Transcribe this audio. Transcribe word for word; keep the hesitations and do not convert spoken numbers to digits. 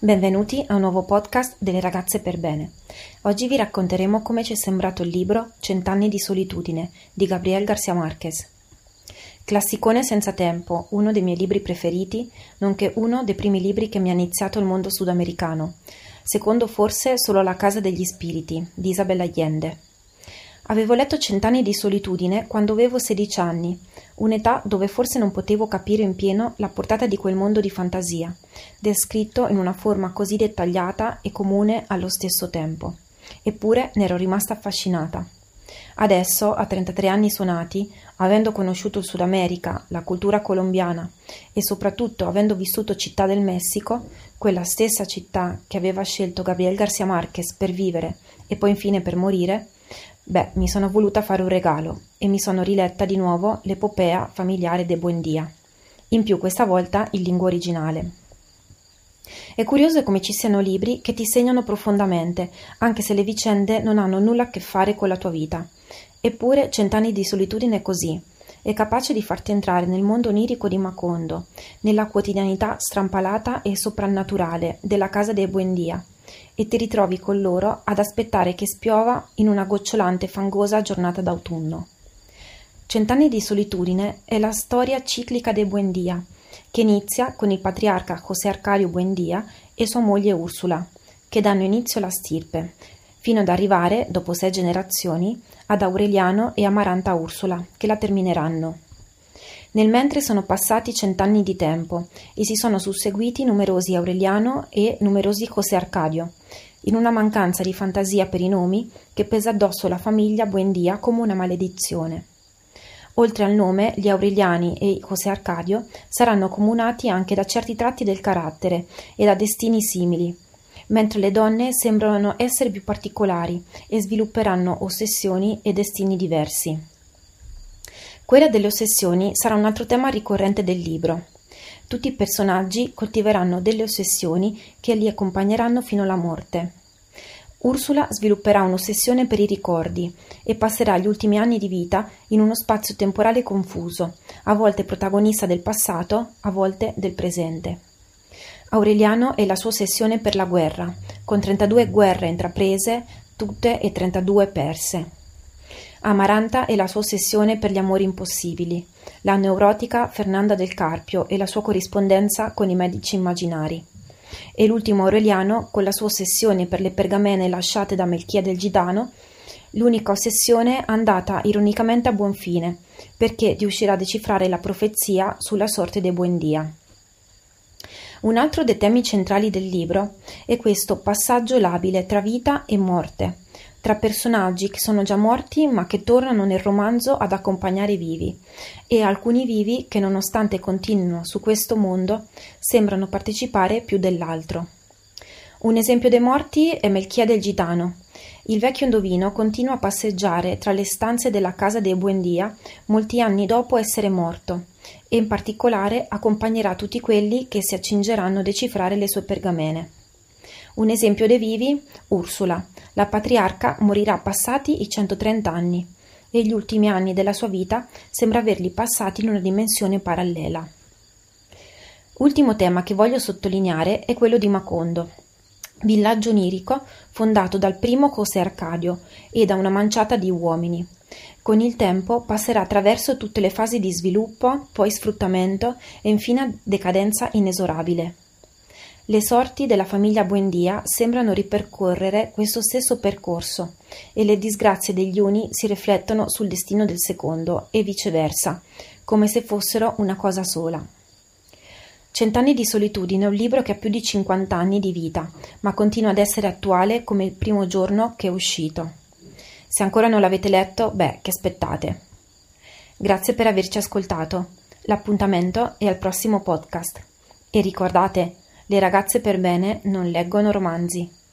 Benvenuti a un nuovo podcast delle ragazze per bene. Oggi vi racconteremo come ci è sembrato il libro Cent'anni di solitudine di Gabriel García Márquez. Classicone senza tempo, uno dei miei libri preferiti, nonché uno dei primi libri che mi ha iniziato il mondo sudamericano, secondo forse solo La casa degli spiriti di Isabel Allende. Avevo letto Cent'anni di solitudine quando avevo sedici anni, un'età dove forse non potevo capire in pieno la portata di quel mondo di fantasia, descritto in una forma così dettagliata e comune allo stesso tempo. Eppure ne ero rimasta affascinata. Adesso, a trentatré anni suonati, avendo conosciuto il Sud America, la cultura colombiana e soprattutto avendo vissuto Città del Messico, quella stessa città che aveva scelto Gabriel García Márquez per vivere e poi infine per morire, beh, mi sono voluta fare un regalo e mi sono riletta di nuovo l'epopea familiare de Buendía, in più questa volta in lingua originale. È curioso come ci siano libri che ti segnano profondamente, anche se le vicende non hanno nulla a che fare con la tua vita. Eppure Cent'anni di solitudine è così, è capace di farti entrare nel mondo onirico di Macondo, nella quotidianità strampalata e soprannaturale della casa dei Buendía, e ti ritrovi con loro ad aspettare che spiova in una gocciolante fangosa giornata d'autunno. Cent'anni di solitudine è la storia ciclica dei Buendía, che inizia con il patriarca José Arcadio Buendía e sua moglie Ursula, che danno inizio alla stirpe, fino ad arrivare, dopo sei generazioni, ad Aureliano e Amaranta Ursula, che la termineranno. Nel mentre sono passati cent'anni di tempo e si sono susseguiti numerosi Aureliano e numerosi José Arcadio, in una mancanza di fantasia per i nomi che pesa addosso alla famiglia Buendía come una maledizione. Oltre al nome, gli Aureliani e José Arcadio saranno comunati anche da certi tratti del carattere e da destini simili, mentre le donne sembrano essere più particolari e svilupperanno ossessioni e destini diversi. Quella delle ossessioni sarà un altro tema ricorrente del libro. Tutti i personaggi coltiveranno delle ossessioni che li accompagneranno fino alla morte. Ursula svilupperà un'ossessione per i ricordi e passerà gli ultimi anni di vita in uno spazio temporale confuso, a volte protagonista del passato, a volte del presente. Aureliano è la sua ossessione per la guerra, con trentadue guerre intraprese, tutte e trentadue perse. Amaranta è la sua ossessione per gli amori impossibili, la neurotica Fernanda del Carpio e la sua corrispondenza con i medici immaginari. E l'ultimo Aureliano, con la sua ossessione per le pergamene lasciate da Melchia del Gitano, l'unica ossessione andata ironicamente a buon fine, perché riuscirà a decifrare la profezia sulla sorte dei Buendía. Un altro dei temi centrali del libro è questo passaggio labile tra vita e morte, tra personaggi che sono già morti ma che tornano nel romanzo ad accompagnare i vivi, e alcuni vivi che, nonostante continuino su questo mondo, sembrano partecipare più dell'altro. Un esempio dei morti è Melchia del Gitano. Il vecchio indovino continua a passeggiare tra le stanze della casa dei Buendía molti anni dopo essere morto, e in particolare accompagnerà tutti quelli che si accingeranno a decifrare le sue pergamene. Un esempio dei vivi, Ursula. La patriarca morirà passati i centotrenta anni e gli ultimi anni della sua vita sembra averli passati in una dimensione parallela. Ultimo tema che voglio sottolineare è quello di Macondo, villaggio onirico fondato dal primo José Arcadio e da una manciata di uomini. Con il tempo passerà attraverso tutte le fasi di sviluppo, poi sfruttamento e infine decadenza inesorabile. Le sorti della famiglia Buendía sembrano ripercorrere questo stesso percorso e le disgrazie degli uni si riflettono sul destino del secondo e viceversa, come se fossero una cosa sola. Cent'anni di solitudine è un libro che ha più di cinquanta anni di vita, ma continua ad essere attuale come il primo giorno che è uscito. Se ancora non l'avete letto, beh, che aspettate? Grazie per averci ascoltato. L'appuntamento è al prossimo podcast. E ricordate, le ragazze per bene non leggono romanzi.